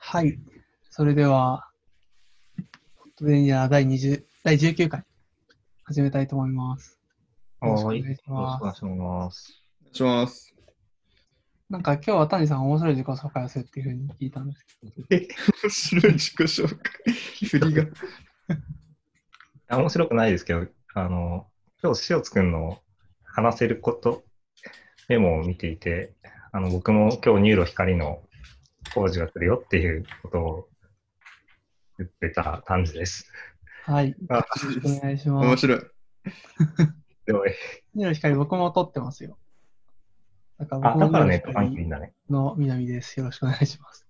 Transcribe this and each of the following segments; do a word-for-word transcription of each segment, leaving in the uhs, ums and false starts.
はい。それでは、ポッドベニア第にじゅう、だいじゅうきゅうかい始めたいと思います。よろしくはーい。 お願いしよろしくお願いします。 ます。 お願いします。 なんか今日は谷さん面白い自己紹介をするっていうふうに聞いたんですけど。 面白い自己紹介。振りが。 あ面白くないですけど、あの、今日、塩津くんの話せること、メモを見ていて、あの、僕も今日ニューロ光の工事が来るよっていうことを言ってた感じです。 はい。よあ、 ろしくお願いします。 面白い。 でも、 ニューロ光僕も撮ってますよ。だからあ、 僕もニューロだからネット関係いい光んだね。 の南です。よろしくお願いします。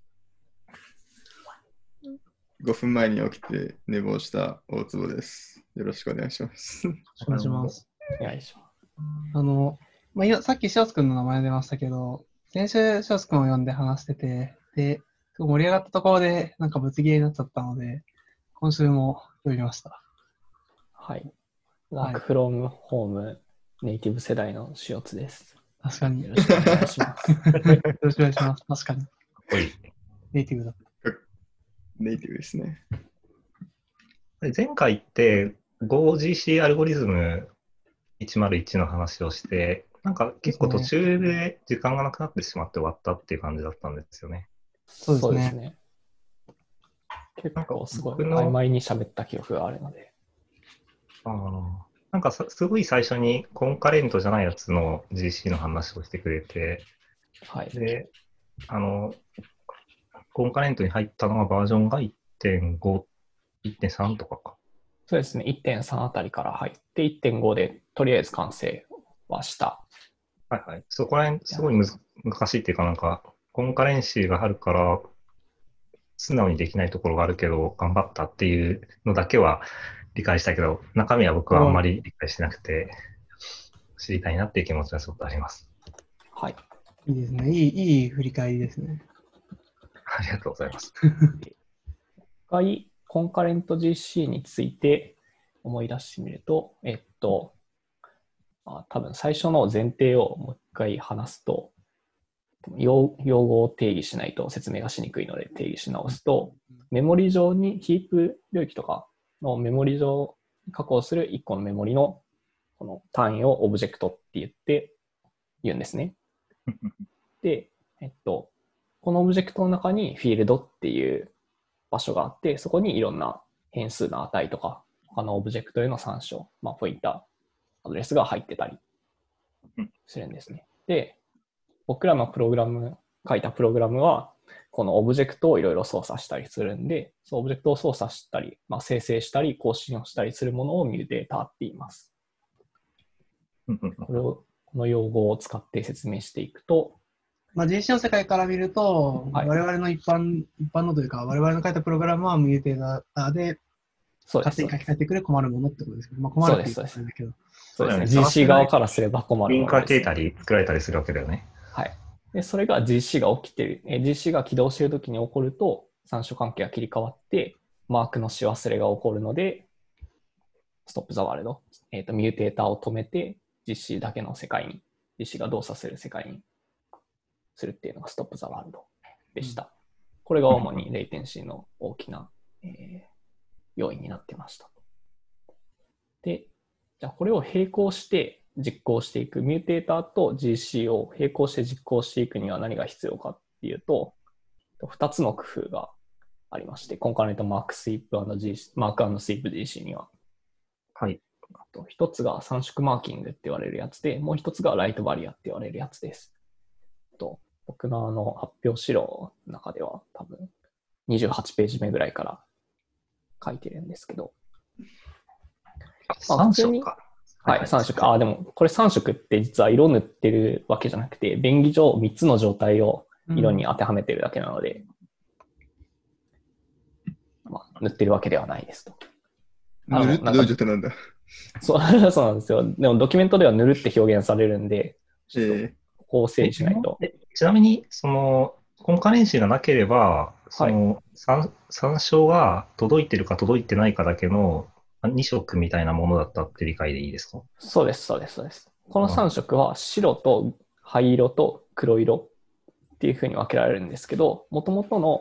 ごふんまえに起きて寝坊した大坪です。よろしくお願いします。 よろしくお願いします。 お願いします。 あの、まあ、今さっき塩津くんの名前出ましたけど、先週塩津くんを呼んで話してて、で、すごい盛り上がったところでなんかぶつ切れになっちゃったので、今週も呼びました。 はい。 はい Work from Home ネイティブ世代の塩津です。 確かに。 よろしくお願いします。 よろしくお願いします。確かに。 おい。 ネイティブだ。 ネイティブですね。 前回って ゴージーシー アルゴリズムいちまるいちの話をして、なんか結構途中で時間がなくなってしまって終わったっていう感じだったんですよね。 そうですね。 結構すごい僕の曖昧に喋った記憶があるので。 ああ、なんかさすごい最初にコンカレントじゃないやつの ジーシー の話をしてくれて、 はい。 で、あの、コンカレントに入ったのはバージョンがいってんご、いってんさんとかか。 そうですね。いってんさんあたりから入って、いってんごでとりあえず完成はした。 はいはい。そこら辺すごいむず難しいっていうかなんか、コンカレンシーがあるから、素直にできないところがあるけど、頑張ったっていうのだけは理解したけど、中身は僕はあんまり理解してなくて、知りたいなっていう気持ちがすごくあります。 はい。 いいですね。いい、いい振り返りですね。 ありがとうございます。 一回、コンカレント ジーシー について思い出してみると、えっと、あ多分最初の前提をもう一回話すと、用用語を定義しないと説明がしにくいので定義し直すと、メモリ上にヒープ領域とかのメモリ上に確保するいっこのメモリのこの単位をオブジェクトって言って言うんですね。で、えっと、このオブジェクトの中にフィールドっていう場所があって、そこにいろんな変数の値とか、他のオブジェクトへの参照、まあ、ポインター、アドレスが入ってたりするんですね。で、僕らのプログラム、書いたプログラムは、このオブジェクトをいろいろ操作したりするんで、そのオブジェクトを操作したり、まあ、生成したり、更新をしたりするものをミューテーターって言います。これを、この用語を使って説明していくと、 まあ、ジーシー の世界から見ると、 はい、 我々の一般、一般のというか、我々の書いたプログラムはミューテーターで、 そうです。 勝手に書き換えてくれ困るものってことですけど、まあ、困るっていうことだけど。 そうですね。ジーシー 側からすれば困るリンカーものです、ね。 形態で作られたりするわけだよね。 はい。で、それが ジーシー が起きてる、え ジーシー が起動しているときに起こると、参照関係が切り替わって、マークのし忘れが起こるので、ストップザワールド、えっと、ミューテーターを止めて、ジーシー だけの世界に、ジーシー が動作する世界にするっていうのがストップザワールドでした。うん、これが主にレイテンシーの大きな、えー、要因になってました。で、じゃあこれを並行して実行していく、ミューテーターと ジーシー を並行して実行していくには何が必要かっていうと、ふたつの工夫がありまして、コンカレントマークスイープ&ジーシー、マーク&スイープ ジーシー には。 はい。 あとひとつが参縮マーキングって言われるやつで、もうひとつがライトバリアって言われるやつです。と僕のあの発表資料の中では多分にじゅうはちページ目ぐらいから書いてるんですけど、 まあ、さん色か。 はい、はい、さん色。ああ、でもこれさん色って実は色塗ってるわけじゃなくて、便宜上みっつの状態を色に当てはめてるだけなので、うん、まあ、塗ってるわけではないですと。 塗るってどういう状態なんだ。 そう、そうなんですよ。でもドキュメントでは塗るって表現されるんで、ちょっとこう整理しないと。 えー、ちなみに、その、コンカレンシーがなければ、その、はい、参照が届いてるか届いてないかだけのに色みたいなものだったって理解でいいですか？ そうです、そうです、そうです。このさん色は白と灰色と黒色っていう風に分けられるんですけど、元々の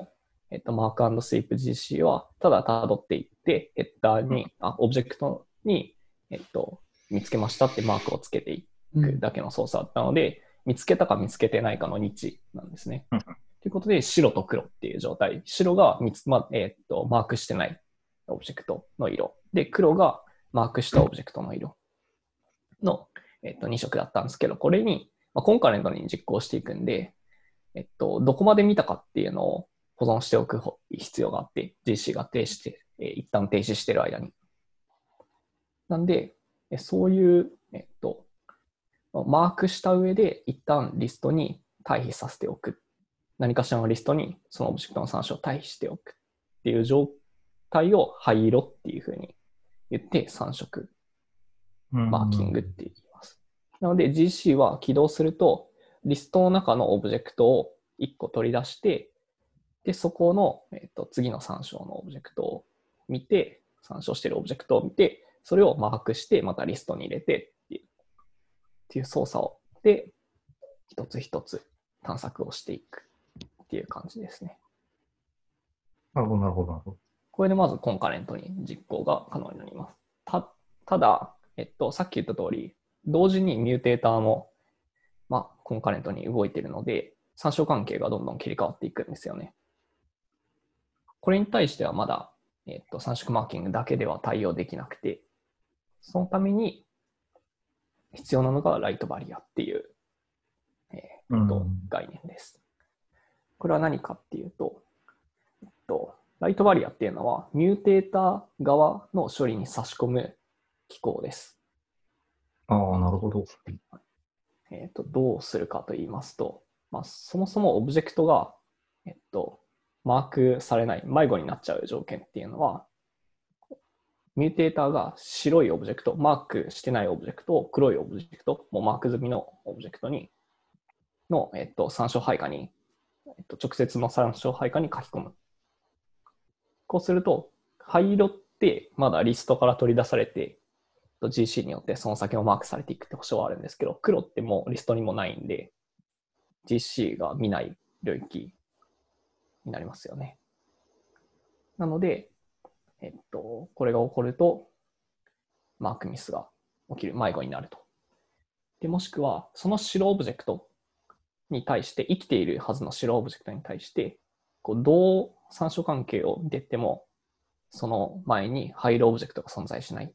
えっと、マーク&スイープ ジーシー は、ただ辿っていって、ヘッダーに、あ、オブジェクトに、えっと、見つけましたってマークをつけていくだけの操作だったので、見つけたか見つけてないかの日なんですね。 うんということで、白と黒っていう状態。白が見つ、まえっとマークしてないオブジェクトの色。で、黒がマークしたオブジェクトの色の、えっと、に色だったんですけど、これに、まあ、コンカレントに実行していくんで、えっと、どこまで見たかっていうのを保存しておく必要があって、ジーシー が停止して、えー、一旦停止してる間に。なんで、そういう、えっと、マークした上で一旦リストに対比させておく。何かしらのリストにそのオブジェクトの参照を対比しておくっていう状態を灰色っていうふうに言ってさん色マーキングって言います。なので ジーシー は起動するとリストの中のオブジェクトをいっこ取り出して、で、そこの、えっと、次の参照のオブジェクトを見て、参照しているオブジェクトを見て、それをマークして、またリストに入れてっていう、っていう操作を、で、一つ一つ探索をしていくっていう感じですね。 なるほど、なるほど、なるほど。 これでまずコンカレントに実行が可能になります。た、ただ、えっと、さっき言った通り、同時にミューテーターも、まあ、コンカレントに動いているので、参照関係がどんどん切り替わっていくんですよね。これに対してはまだ、えっと、さん色マーキングだけでは対応できなくて、そのために必要なのがライトバリアっていう、えーっと、概念です。これは何かっていうと、えっと、ライトバリアっていうのはミューテーター側の処理に差し込む機構です。 ああ、なるほど。 えっと、どうするかと言いますと、まあ、そもそもオブジェクトが、えっと、マークされない、迷子になっちゃう条件っていうのは、ミューテーターが白いオブジェクト、マークしてないオブジェクトを黒いオブジェクト、もうマーク済みのオブジェクトに、の、えっと、参照配下に、えっと、直接の参照配下に書き込む。こうすると、灰色ってまだリストから取り出されて、ジーシー によってその先もマークされていくって保証はあるんですけど、黒ってもうリストにもないんで、ジーシー が見ない領域になりますよね。なので、えっと、これが起こると、マークミスが起きる、迷子になると。で、もしくは、その白オブジェクトに対して、生きているはずの白オブジェクトに対して、こうどう参照関係を見ていっても、その前に灰色オブジェクトが存在しない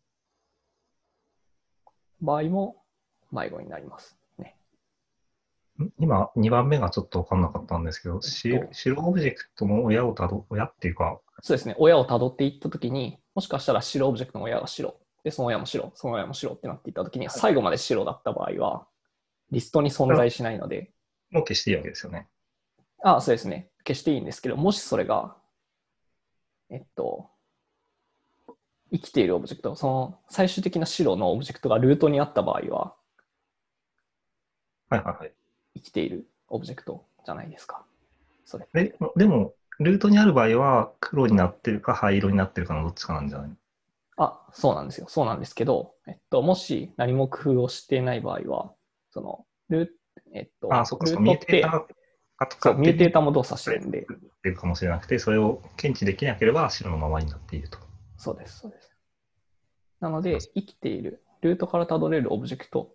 場合も迷子になりますね。 今、にばんめがちょっと分かんなかったんですけど、 えっと、 白オブジェクトの親をたど、親っていうか、 そうですね、親をたどっていったときに、もしかしたら白オブジェクトの親が白、で、その親も白、その親も白ってなっていったときに、最後まで白だった場合は、リストに存在しないので、 もう消していいわけですよね。 ああ、そうですね。消していいんですけど、もしそれが、えっと、生きているオブジェクト、その最終的な白のオブジェクトがルートにあった場合は、 はいはいはい。 生きているオブジェクトじゃないですか。それででも、ルートにある場合は黒になってるか灰色になってるかのどっちかなんじゃないの？ あ、そうなんですよ。そうなんですけど、えっと、もし何も工夫をしていない場合は、その、ルーえっと、 あ、そっか、 ルそっか、ミュートってーテーターがとかそう、ミューテーターも動作してるんで、 ってるかもしれなくて、それを検知できなければ白のままになっていると。 そうです、そうです。なので、生きている、ルートからたどれるオブジェクト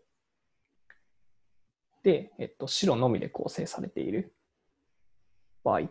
で、えっと、白のみで構成されている場合って、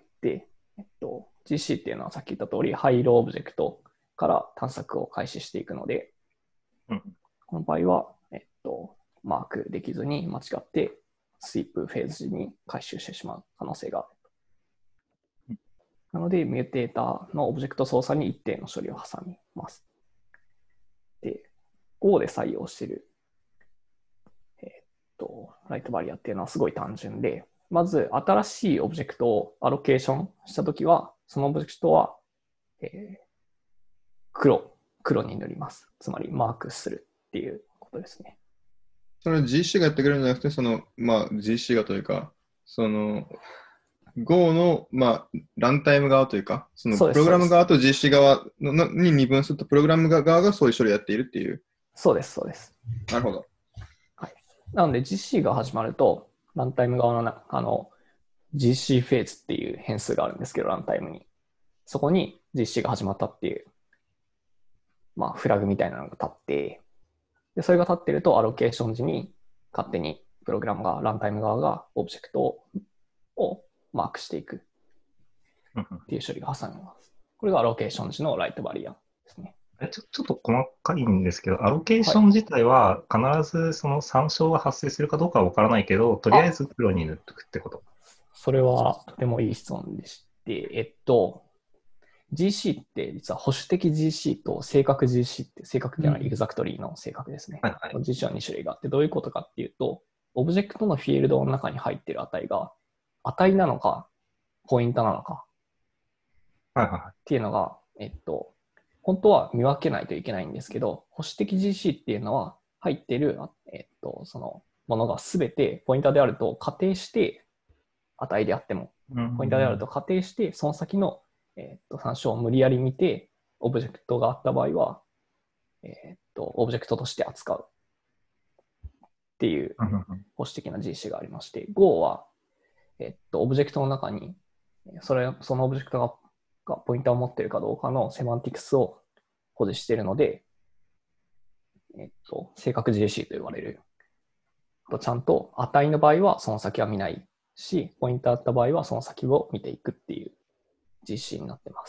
えっと、ジーシー っていうのはさっき言った通り、灰色オブジェクトから探索を開始していくので、 うん、 この場合は、えっと、マークできずに間違ってスイープフェーズ時に回収してしまう可能性がある。 うん、 なので、ミューテーターのオブジェクト操作に一定の処理を挟みます。で、Go で採用している、えっと、ライトバリアっていうのはすごい単純で、まず新しいオブジェクトをアロケーションしたときは、そのオブジェクトは、えー、黒、黒に塗ります。つまりマークするっていうことですね。 それ ジーシー がやってくれるんじゃなくて、その、まあ、ジーシー がというか、その、Go の、まあ、ランタイム側というか、そのプログラム側と ジーシー 側のに二分すると、プログラム側がそういう処理をやっているっていう。 そうです、そうです。 なるほど。 はい。なので ジーシー が始まると、ランタイム側のなあの ジーシー フェーズっていう変数があるんですけど、ランタイムに。 そこに ジーシー が始まったっていう、まあ、フラグみたいなのが立って、でそれが立ってると、アロケーション時に勝手にプログラムが、ランタイム側がオブジェクトをマークしていくっていう処理が挟みます。これがアロケーション時のライトバリアですね。 ちょちょっと細かいんですけど、アロケーション自体は必ずその参照が発生するかどうかは分からないけど、とりあえずプロに塗っとくってこと。 それはとてもいい質問でして、えっと、ジーシー って実は保守的 ジーシー と正確 ジーシー って正確じゃない、エグザクトリーの正確ですね。 はいはい、 ジーシー はに種類があって、どういうことかっていうと、オブジェクトのフィールドの中に入っている値が値なのか、ポイントなのかっていうのが、えっと、本当は見分けないといけないんですけど、保守的 ジーシー っていうのは入っている、えっと、そのものがすべてポインターであると仮定して値であっても、ポインターであると仮定して、その先の、えっと参照を無理やり見て、オブジェクトがあった場合は、えっと、オブジェクトとして扱うっていう保守的な ジーシー がありまして、Go は、えっと、オブジェクトの中に、それ、そのオブジェクトががポインターを持っているかどうかのセマンティクスを保持しているので、えっと、正確 ジーシー と言われる。ちゃんと値の場合はその先は見ないし、ポインターあった場合はその先を見ていくっていう ジーシー になってます。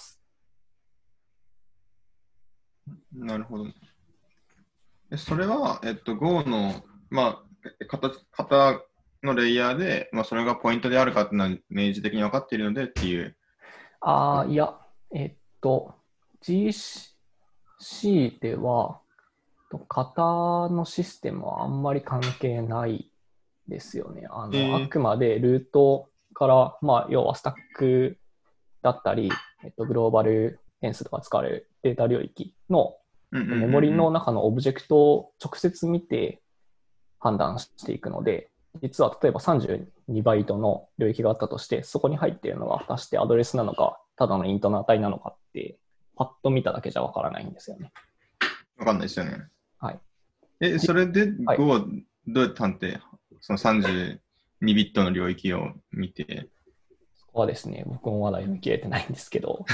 なるほど。それは、えっと、Go の、まあ、型、型のレイヤーで、まあ、それがポイントであるかっていうのは明示的に分かっているのでっていう。 ああ、いや、えっと、ジーシー では、型のシステムはあんまり関係ないですよね。あの、えー、あくまでルートから、まあ、要はスタックだったり、えっと、グローバル変数とか使われるデータ領域のメモリの中のオブジェクトを直接見て判断していくので、実は例えばさんじゅうにバイトの領域があったとして、そこに入っているのが果たしてアドレスなのか、ただのイントの値なのかって、パッと見ただけじゃわからないんですよね。 わかんないですよね。 はい。 え、それで Go はどうやって判定、はい、そのさんじゅうにビットの領域を見て。 そこはですね、僕もまだ読み切れてないんですけど。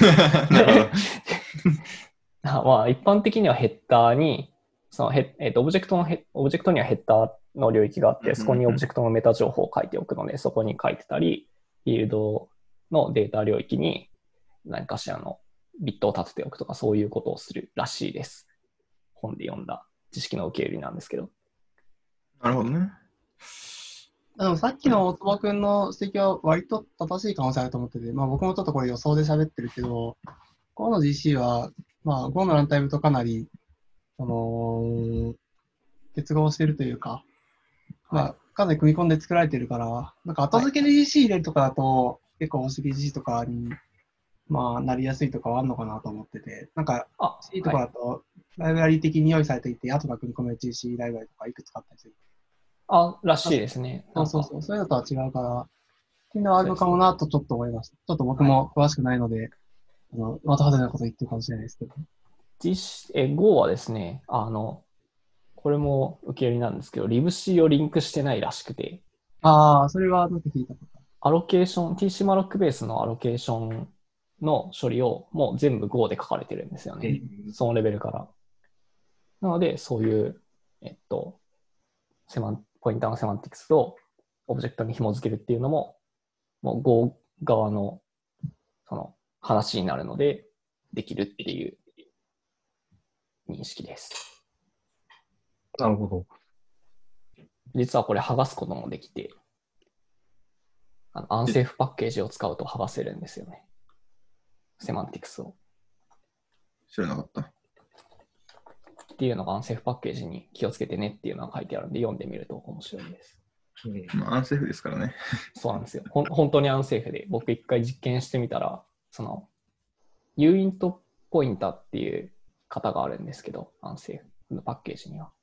まあ、一般的にはヘッダーに、そのヘえー、とオブジェクトのヘオブジェクトにはヘッダーの領域があって、そこにオブジェクトのメタ情報を書いておくので、そこに書いてたり、フィールドのデータ領域に何かしらのビットを立てておくとか、そういうことをするらしいです。本で読んだ知識の受け売りなんですけど。 なるほどね。 でもさっきの大坪君の指摘は割と正しい可能性あると思ってて、まあ僕もちょっとこれ予想で喋ってるけど、Go の ジーシー は、まあ Go のランタイムとかなり、その、結合してるというか、まあ、かなり組み込んで作られてるから、なんか後付けで ジーシー 入れるとかだと、はい、結構保守的 ジーシー とかに、まあ、なりやすいとかはあるのかなと思ってて、なんか、C とかだと、ライブラリ的に用意されていて、後から組み込める ジーシー ライブラリとかいくつかあったりする。 あ、らしいですね。 そうそうそう、そういうのとは違うから、っていうのはあるのかもなとちょっと思いました。ちょっと僕も詳しくないので、はい、あの、また外れなこと言ってるかもしれないですけど。 実施、え、Go はですね、あの、これも受け売りなんですけど、libc をリンクしてないらしくて。 ああ、それはなんか聞いたことある。 アロケーション、ティーシー マロックベースのアロケーションの処理をもう全部 Go で書かれてるんですよね。そのレベルから。なので、そういう、えっと、セマン、ポインターのセマンティクスをオブジェクトに紐付けるっていうのも、もう Go 側の、その話になるので、できるっていう認識です。 なるほど。 実はこれ剥がすこともできて、あのアンセーフパッケージを使うと剥がせるんですよね。セマンティクスを。 知らなかった。 っていうのがアンセーフパッケージに気をつけてねっていうのが書いてあるんで、読んでみると面白いです。 まあ、アンセーフですからね。 そうなんですよ。ほん本当にアンセーフで、僕一回実験してみたら、その、U イントポインターっていう型があるんですけど、アンセーフのパッケージには。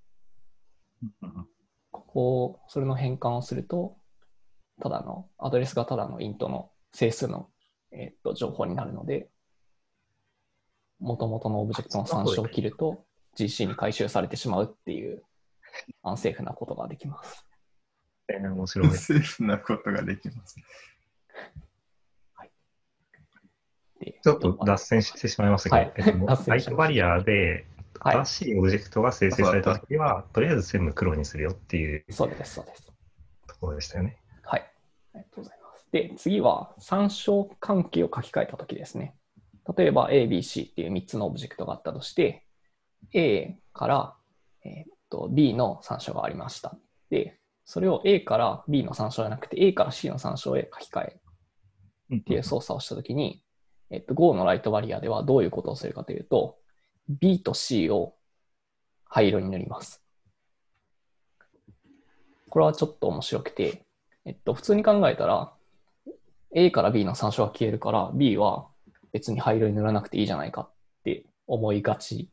ここ、それの変換をすると、ただの、アドレスがただのイントの整数の、えー、っと情報になるので、元々のオブジェクトの参照を切ると ジーシー に回収されてしまうっていうアンセーフなことができます。 えー、面白い。 アンセーフなことができます。 はい。で、 ちょっと脱線してしまいましたけど、 はいえっと、 脱線ライしちゃいましたトバリアではい新しいオブジェクトが生成されたときは、とりあえず全部黒にするよっていうそうです、そうです。 ところでしたよね。 はい。ありがとうございます。で、次は参照関係を書き換えたときですね。例えば A、B、C っていうみっつのオブジェクトがあったとして、A から、えーっと B の参照がありました。で、それを A から B の参照じゃなくて A から C の参照へ書き換えるっていう操作をしたときに、えっと Go のライトバリアではどういうことをするかというと、B と C を灰色に塗ります。これはちょっと面白くて、えっと、普通に考えたら、A から B の参照が消えるから、B は別に灰色に塗らなくていいじゃないかって思いがち。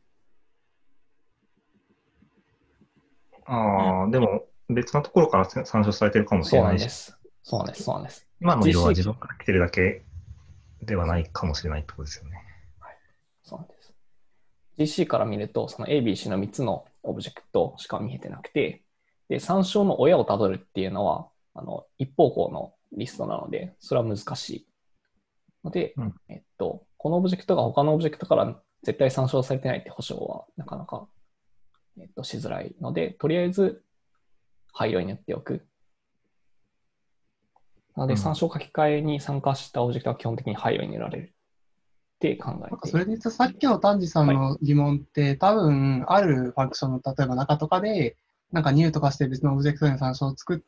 ああ、でも別のところから参照されてるかもしそうれないし、 なんです。そうなんです。そうなんです。 今の色はジーシー自分から来てるだけではないかもしれないってことですよね。 はい、そうなんです。ジーシー から見ると、その A、B、C のみっつのオブジェクトしか見えてなくて、で、参照の親をたどるっていうのは、あの、一方向のリストなので、それは難しい。ので、 うん、 えっと、このオブジェクトが他のオブジェクトから絶対参照されてないって保証はなかなか、えっと、しづらいので、とりあえず灰色に塗っておく。なので、参照書き換えに参加したオブジェクトは基本的に灰色に塗られるって考えて。 なんかそれで言うと、さっきの丹治さんの疑問って、はい、多分、あるファンクションの、例えば中とかで、なんか new とかして別のオブジェクトに参照を作って、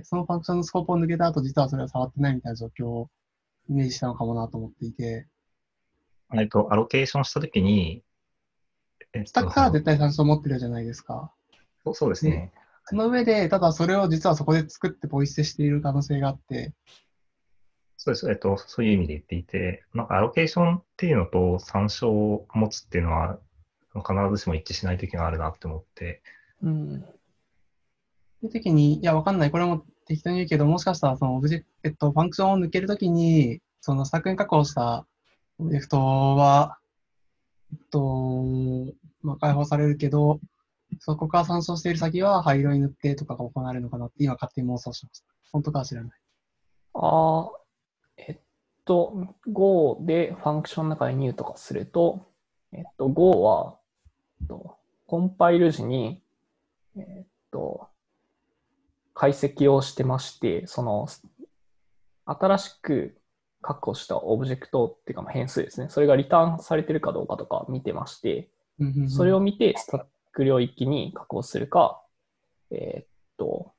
そのファンクションのスコープを抜けた後、実はそれは触ってないみたいな状況をイメージしたのかもなと思っていて。 えっと、アロケーションしたときに、 えっと、スタックから絶対参照を持ってるじゃないですか。 そうそうですね。 その上で、ただそれを実はそこで作ってポイ捨てしている可能性があって、 そうです。えっと、そういう意味で言っていて、なんかアロケーションっていうのと参照を持つっていうのは、必ずしも一致しないときがあるなって思って。 うん。 そういうときに、いや、わかんない。これも適当に言うけど、もしかしたらそのオブジェクト、えっと、ファンクションを抜けるときに、そのスタックに確保したオブジェクトは、えっと、まあ、解放されるけど、そこから参照している先は灰色に塗ってとかが行われるのかなって今勝手に妄想しました。本当かは知らない。 ああ、えっと、Go でファンクションの中で new とかすると、えっと、Go は、えっと、コンパイル時に、えっと、解析をしてまして、その、新しく確保したオブジェクトっていうか、変数ですね。それがリターンされてるかどうかとか見てまして、それを見て、スタック領域に確保するか、えー、っと、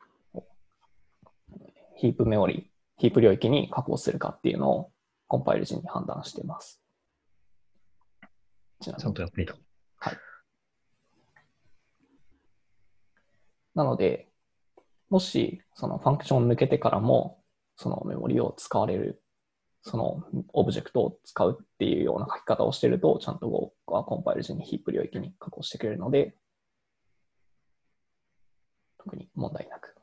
ヒープメモリ、ヒープ領域に確保するかっていうのをコンパイル時に判断しています。 ちゃんとやっていた。 はい。なので、もし、そのファンクションを抜けてからも、そのメモリを使われる、そのオブジェクトを使うっていうような書き方をしていると、ちゃんと Go はコンパイル時にヒープ領域に確保してくれるので、特に問題なく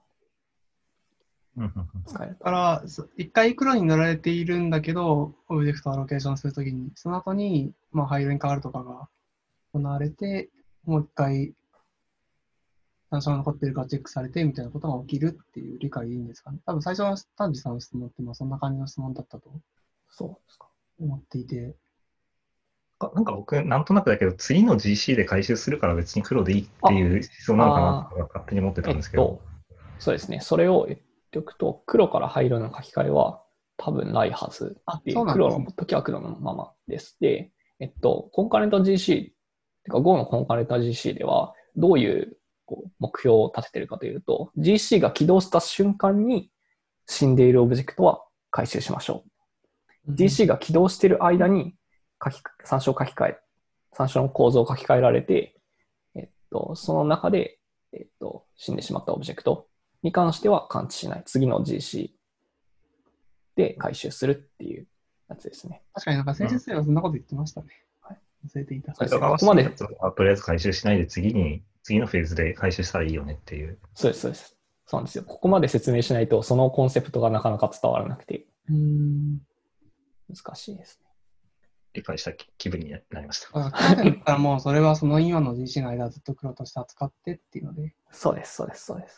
使えると。 だから、一回黒に塗られているんだけど、オブジェクトをアロケーションするときに、その後に、まあ、灰色に変わるとかが行われて、もう一回、参照が残っているかチェックされてみたいなことが起きるっていう理解でいいんですかね。多分最初の丹治さんの質問ってまあそんな感じの質問だったとそうですか思っていて。 なんか僕、なんとなくだけど、次の ジーシー で回収するから別に黒でいいっていう思想なのかなと勝手に思ってたんですけど、 えっと。そうですね。それを言っておくと、黒から灰色の書き換えは多分ないはずっていう、黒の時は黒のままです。で、えっと、コンカレント ジーシー、てか Go のコンカレント ジーシー では、どういうこう目標を立てているかというと、ジーシー が起動した瞬間に死んでいるオブジェクトは回収しましょう。うん、ジーシー が起動している間に書き参照書き換え、参照の構造を書き換えられて、えっと、その中で、えっと、死んでしまったオブジェクトに関しては感知しない。次の ジーシー で回収するっていうやつですね。 確かになんか先生はそんなこと言ってましたね。うん、はい。忘れていた。 そうですね。ここまで。とりあえず回収しないで次に、次のフェーズで回収したらいいよねっていう。 そうです、そうです。そうなんですよ。ここまで説明しないと、そのコンセプトがなかなか伝わらなくて、 うーん難しいですね。 理解した気分になりました。 あだからもうそれはその今の ジーシー の間ずっと黒として扱ってっていうので。 そうです、そうです、そうです。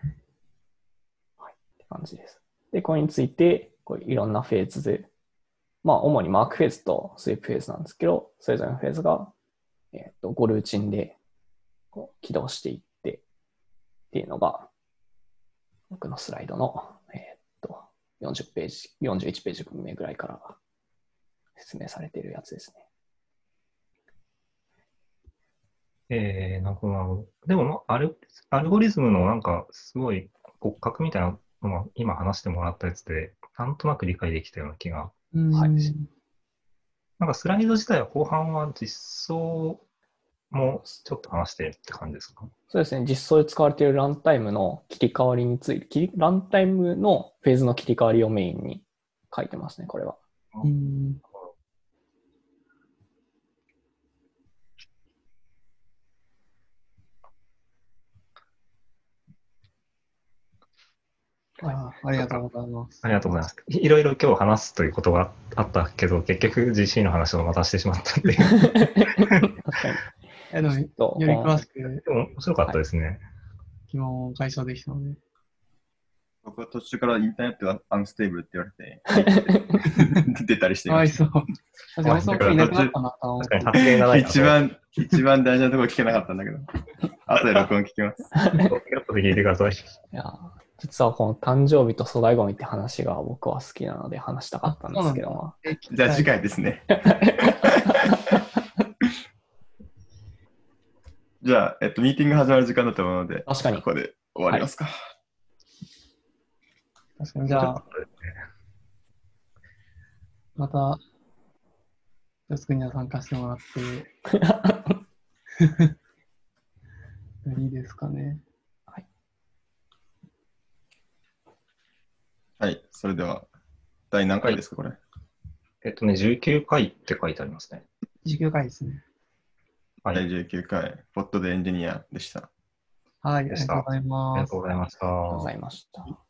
はい。って感じです。で、これについて、こういろんなフェーズでまあ、主にマークフェーズとスイープフェーズなんですけど、それぞれのフェーズが、えっと、ごルーチンでこう起動していってっていうのが、僕のスライドの、えっと、よんじゅうページ、よんじゅういちページ目ぐらいから説明されているやつですね。 えー、なるほど、なるほど。でも、まあ、アル、アルゴリズムのなんか、すごい骨格みたいなのは、今話してもらったやつで、なんとなく理解できたような気が。 うん。 はいなんかスライド自体は後半は実装もちょっと話してって感じですか？ そうですね。実装で使われているランタイムの切り替わりについて、切りランタイムのフェーズの切り替わりをメインに書いてますね、これは。 うん。ああ、ありがとうございます。 ありがとうございます。いいろいろ今日話すということがあったけど、結局 ジーシー の話をまたしてしまったんで。 確かに。 え、でも、よとり詳しくでも面白かったですね。 疑問を解消できたので。 僕は途中からインターネットがアンステーブルって言われて、出たりしていましかわいそう。私もその時いなくなったなと思って確かに。発言がなた。 い一番、一番大事なところ聞けなかったんだけど、後で録音聞きます。 後で聞いてください。 いや実はこの誕生日と粗大ゴミって話が僕は好きなので話したかったんですけども。 じゃあ次回ですね。じゃあ、えっと、ミーティング始まる時間だと思うので、 確かにここで終わりますか。はい、 確かに、じゃあ、また、よつくんには参加してもらって、いいですかね。 はい。 はい、それでは、第何回ですか、これ。 えっとね、じゅうきゅうかいって書いてありますね。 じゅうきゅうかいですね。 はい。 第じゅうきゅうかい、ポッドでエンジニアでした。 はい、ありがとうございます。 ありがとうございました。 ありがとうございました。